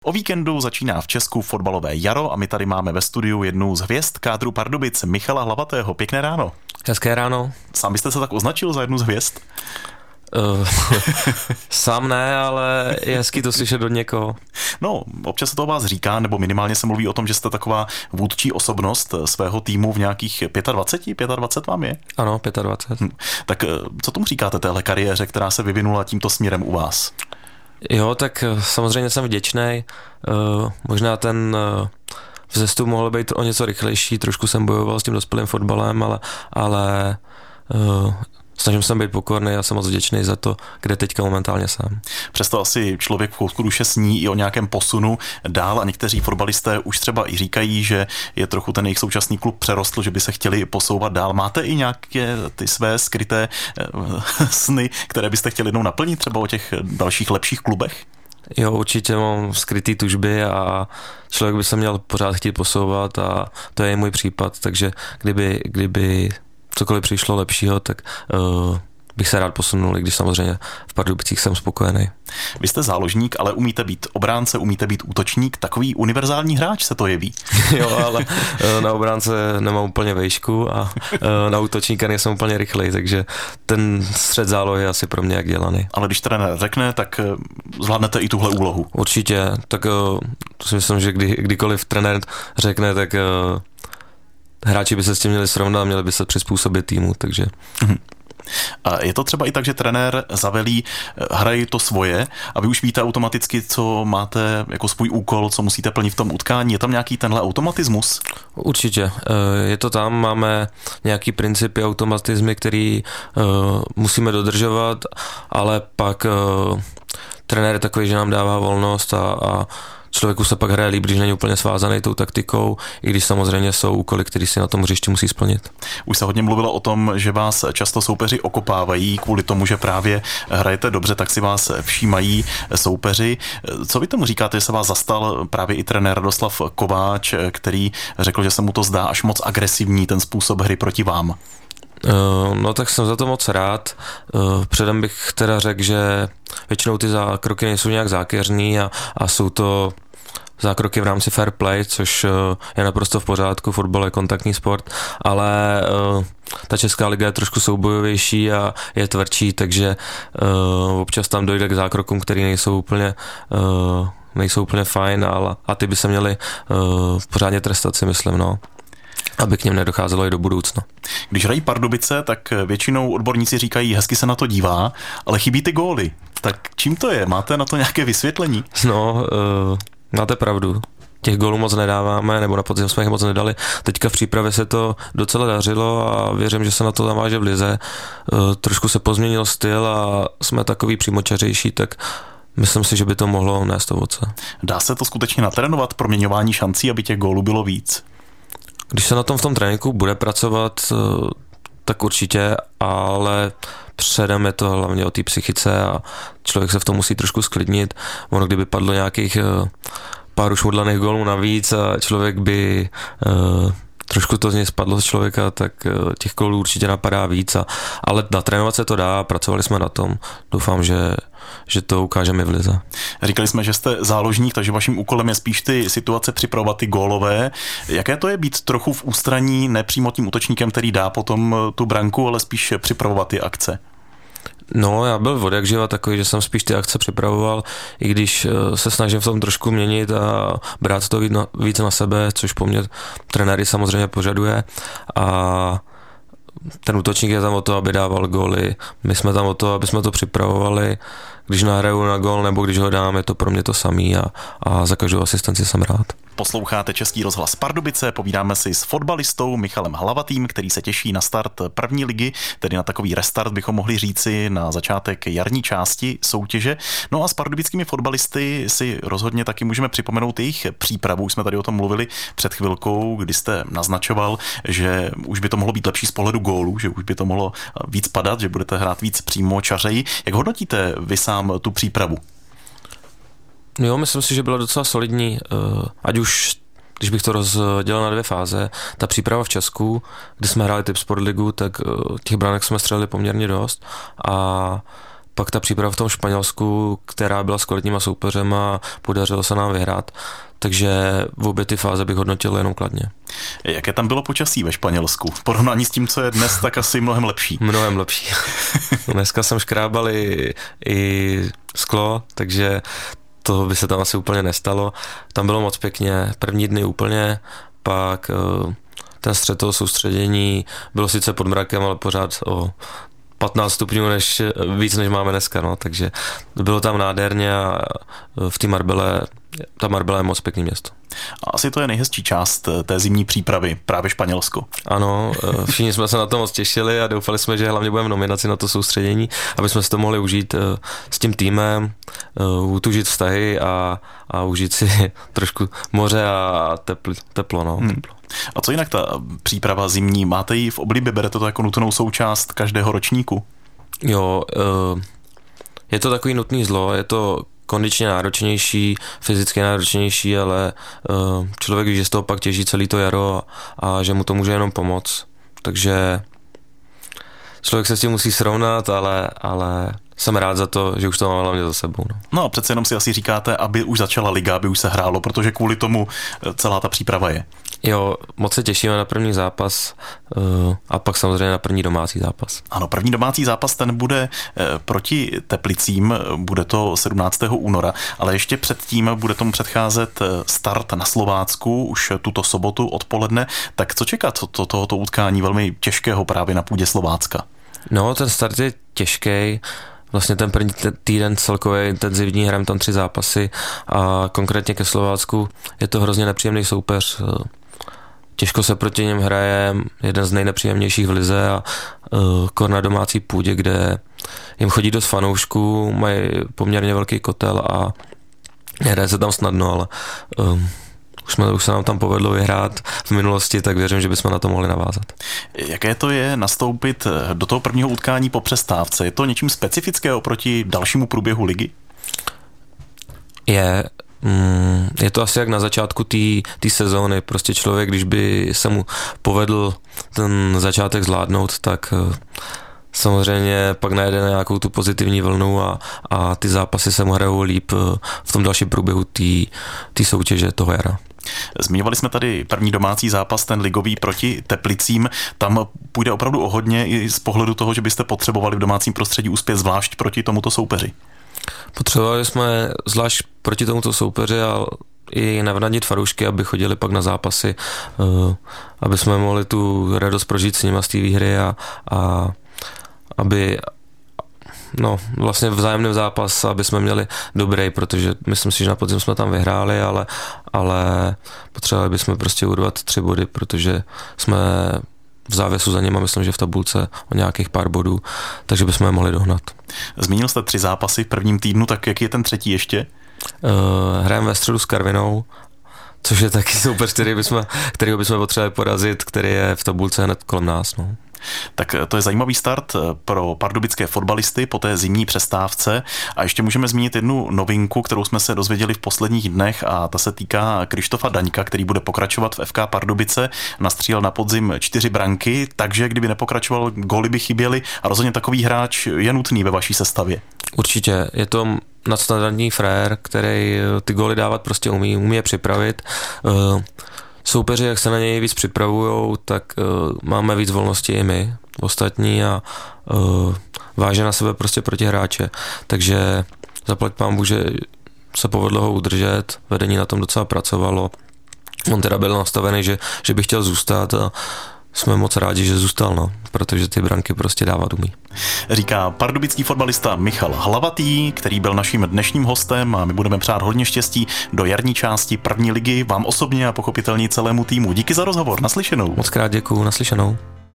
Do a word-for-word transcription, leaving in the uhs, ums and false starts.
O víkendu začíná v Česku fotbalové jaro a my tady máme ve studiu jednu z hvězd kádru Pardubic, Michala Hlavatého. Pěkné ráno. Hezké ráno. Sám byste se tak označil za jednu z hvězd? Uh, sám ne, ale je hezký to slyšet od někoho. No, občas se to o vás říká, nebo minimálně se mluví o tom, že jste taková vůdčí osobnost svého týmu v nějakých dvacet pět, dvacet pět vám je? Ano, dvacet pět. Hm. Tak co tomu říkáte téhle kariéře, která se vyvinula tímto směrem u vás? Jo, tak samozřejmě jsem vděčnej. Uh, možná ten uh, vzestup mohl být o něco rychlejší, trošku jsem bojoval s tím dospělým fotbalem, ale, ale uh, snažím se být pokorný a jsem moc vděčný za to, kde teďka momentálně jsem. Přesto asi člověk v koutku duše sní i o nějakém posunu dál a někteří fotbalisté už třeba i říkají, že je trochu ten jejich současný klub přerostl, že by se chtěli posouvat dál. Máte i nějaké ty své skryté sny, které byste chtěli jednou naplnit třeba o těch dalších lepších klubech? Jo, určitě mám skrytý tužby a člověk by se měl pořád chtít posouvat a to je můj případ, takže kdyby, kdyby cokoliv přišlo lepšího, tak uh, bych se rád posunul, i když samozřejmě v Pardubicích jsem spokojený. Vy jste záložník, ale umíte být obránce, umíte být útočník, takový univerzální hráč se to jeví. Jo, ale uh, na obránce nemám úplně vejšku a uh, na útočníka nejsem úplně rychlej, takže ten střed zálohy je asi pro mě jak dělaný. Ale když trenér řekne, tak zvládnete i tuhle úlohu. Určitě, tak uh, to si myslím, že kdy, kdykoliv trenér řekne, tak uh, hráči by se s tím měli srovnat, měli by se přizpůsobit týmu, takže... Mm-hmm. A je to třeba i tak, že trenér zavelí, hrají to svoje a vy už víte automaticky, co máte jako svůj úkol, co musíte plnit v tom utkání. Je tam nějaký tenhle automatismus? Určitě. Je to tam, máme nějaký principy, automatizmy, který uh, musíme dodržovat, ale pak uh, trenér je takový, že nám dává volnost a, a člověku se pak hraje líp, když není úplně svázaný tou taktikou, i když samozřejmě jsou úkoly, které si na tom hřišti musí splnit. Už se hodně mluvilo o tom, že vás často soupeři okopávají kvůli tomu, že právě hrajete dobře, tak si vás všímají soupeři. Co vy tomu říkáte, že se vás zastal právě i trenér Radoslav Kováč, který řekl, že se mu to zdá až moc agresivní ten způsob hry proti vám? No tak jsem za to moc rád. Předem bych teda řekl, že většinou ty zákroky nejsou nějak zákeřný a, a jsou to zákroky v rámci fair play, což je naprosto v pořádku, fotbal je kontaktní sport, ale uh, ta česká liga je trošku soubojovější a je tvrdší, takže uh, občas tam dojde k zákrokům, které nejsou úplně uh, nejsou úplně fajn, ale, a ty by se měly uh, pořádně trestat, si myslím, no. Aby k něm nedocházelo i do budoucna. Když hrají Pardubice, tak většinou odborníci říkají, hezky se na to dívá, ale chybí ty góly. Tak čím to je? Máte na to nějaké vysvětlení? No, uh, máte pravdu. Těch gólů moc nedáváme, nebo na podzim jsme jich moc nedali. Teďka v přípravě se to docela dařilo a věřím, že se na to naváže v lize. Uh, trošku se pozměnil styl a jsme takový přímočařejší, tak myslím si, že by to mohlo nést ovoce. Dá se to skutečně natrénovat, proměňování šancí, aby těch gólů bylo víc? Když se na tom v tom tréninku bude pracovat, tak určitě, ale předem je to hlavně o té psychice a člověk se v tom musí trošku sklidnit. Ono, kdyby padlo nějakých pár šmudlaných gólů navíc a člověk by trošku to z něj spadlo z člověka, tak těch gólů určitě napadá víc. A, ale natrénovat se to dá, pracovali jsme na tom. Doufám, že, že to ukážeme v lize. Říkali jsme, že jste záložník, takže vaším úkolem je spíš ty situace připravovat ty gólové. Jaké to je být trochu v ústraní, nepřímo tím útočníkem, který dá potom tu branku, ale spíš připravovat ty akce? No, já byl od jak živa takový, že jsem spíš ty akce připravoval, i když se snažím v tom trošku měnit a brát to víc na sebe, což po mně trenéry samozřejmě požaduje. A ten útočník je tam o to, aby dával góly. My jsme tam o to, aby jsme to připravovali. Když nahraju na gól nebo když ho dám, je to pro mě to samý a, a za každou asistenci jsem rád. Posloucháte Český rozhlas Pardubice, povídáme si s fotbalistou Michalem Hlavatým, který se těší na start první ligy, tedy na takový restart bychom mohli říci na začátek jarní části soutěže. No a s pardubickými fotbalisty si rozhodně taky můžeme připomenout jejich přípravu. Už jsme tady o tom mluvili před chvilkou, kdy jste naznačoval, že už by to mohlo být lepší z pohledu gólu, že už by to mohlo víc padat, že budete hrát víc přímo čařeji. Jak hodnotíte vy sám tu přípravu? Jo, myslím si, že byla docela solidní, ať už, když bych to rozdělil na dvě fáze, ta příprava v Česku, kdy jsme hráli Tipsport ligu, tak těch branek jsme střelili poměrně dost a pak ta příprava v tom Španělsku, která byla s kvalitníma soupeřema, podařilo se nám vyhrát. Takže v obě ty fáze bych hodnotil jenom kladně. Jaké tam bylo počasí ve Španělsku? V porovnání s tím, co je dnes, tak asi mnohem lepší. Mnohem lepší. Dneska jsem škrábal i, i sklo, takže to by se tam asi úplně nestalo. Tam bylo moc pěkně, první dny úplně, pak ten střed toho soustředění bylo sice pod mrakem, ale pořád o patnáct stupňů než, víc, než máme dneska, no, takže bylo tam nádherně a v té Marbelle, ta Marbella je moc pěkný město. A asi to je nejhezčí část té zimní přípravy, právě Španělsko. Ano, všichni jsme se na to moc těšili a doufali jsme, že hlavně budeme v nominaci na to soustředění, aby jsme si to mohli užít s tím týmem, utužit vztahy a, a užít si trošku moře a tepl, teplo, no, hmm. teplo. A co jinak ta příprava zimní? Máte ji v oblibě? Berete to jako nutnou součást každého ročníku? Jo, je to takový nutný zlo, je to kondičně náročnější, fyzicky náročnější, ale člověk ví, že z toho pak těží celý to jaro a že mu to může jenom pomoct. Takže člověk se s tím musí srovnat, ale, ale jsem rád za to, že už to mám hlavně za sebou. No. no a přece jenom si asi říkáte, aby už začala liga, aby už se hrálo, protože kvůli tomu celá ta příprava je. Jo, moc se těšíme na první zápas uh, a pak samozřejmě na první domácí zápas. Ano, první domácí zápas ten bude uh, proti Teplicím, bude to sedmnáctého února, ale ještě předtím bude tomu předcházet start na Slovácku už tuto sobotu odpoledne. Tak co čekat to, tohoto utkání velmi těžkého právě na půdě Slovácka? No, ten start je těžký. Vlastně ten první týden celkově intenzivní, hrajeme tam tři zápasy a konkrétně ke Slovácku je to hrozně nepříjemný soupeř. Těžko se proti něm hraje, jeden z nejnepříjemnějších v lize a uh, kor na domácí půdě, kde jim chodí dost fanoušků, mají poměrně velký kotel a hraje se tam snadno, ale um, už, jsme, už se nám tam povedlo vyhrát v minulosti, tak věřím, že bychom na to mohli navázat. Jaké to je nastoupit do toho prvního utkání po přestávce? Je to něčím specifického oproti dalšímu průběhu ligy? Je. Je to asi jak na začátku té sezóny. Prostě člověk, když by se mu povedl ten začátek zvládnout, tak samozřejmě pak najde nějakou tu pozitivní vlnu a, a ty zápasy se mu hrajou líp v tom dalším průběhu té soutěže toho jara. Zmiňovali jsme tady první domácí zápas, ten ligový proti Teplicím. Tam půjde opravdu o hodně i z pohledu toho, že byste potřebovali v domácím prostředí uspět zvlášť proti tomuto soupeři. Potřebovali jsme zvlášť proti tomuto soupeři a i navnadnit fanoušky, aby chodili pak na zápasy, aby jsme mohli tu radost prožít s nimi z té výhry a, a aby no, vlastně vzájemný zápas, aby jsme měli dobrý, protože myslím si, že na podzim jsme tam vyhráli, ale, ale potřebovali bychom prostě urvat tři body, protože jsme v závěsu za nimi, myslím, že v tabulce o nějakých pár bodů, takže bychom je mohli dohnat. Zmínil jste tři zápasy v prvním týdnu, tak jaký je ten třetí ještě? Uh, hrajeme ve středu s Karvinou, což je taky soupeř, který bychom, kterýho bychom potřebovali porazit, který je v tabulce hned kolem nás. No. Tak to je zajímavý start pro pardubické fotbalisty po té zimní přestávce a ještě můžeme zmínit jednu novinku, kterou jsme se dozvěděli v posledních dnech a ta se týká Krištofa Daňka, který bude pokračovat v F K Pardubice. Nastřílel na podzim čtyři branky, takže kdyby nepokračoval, góly by chyběly a rozhodně takový hráč je nutný ve vaší sestavě. Určitě, je to nadstandardní frér, který ty góly dávat prostě umí, umí je připravit. Soupeři, jak se na něj víc připravujou, tak uh, máme víc volnosti i my, ostatní a uh, váže na sebe prostě proti hráče. Takže zaplať pánbůh, že se povedlo ho udržet, vedení na tom docela pracovalo. On teda byl nastavený, že, že by chtěl zůstat a jsme moc rádi, že zůstal, no, protože ty branky prostě dávat umí. Říká pardubický fotbalista Michal Hlavatý, který byl naším dnešním hostem a my budeme přát hodně štěstí do jarní části první ligy, vám osobně a pochopitelně celému týmu. Díky za rozhovor, naslyšenou. Moc krát děkuju, naslyšenou.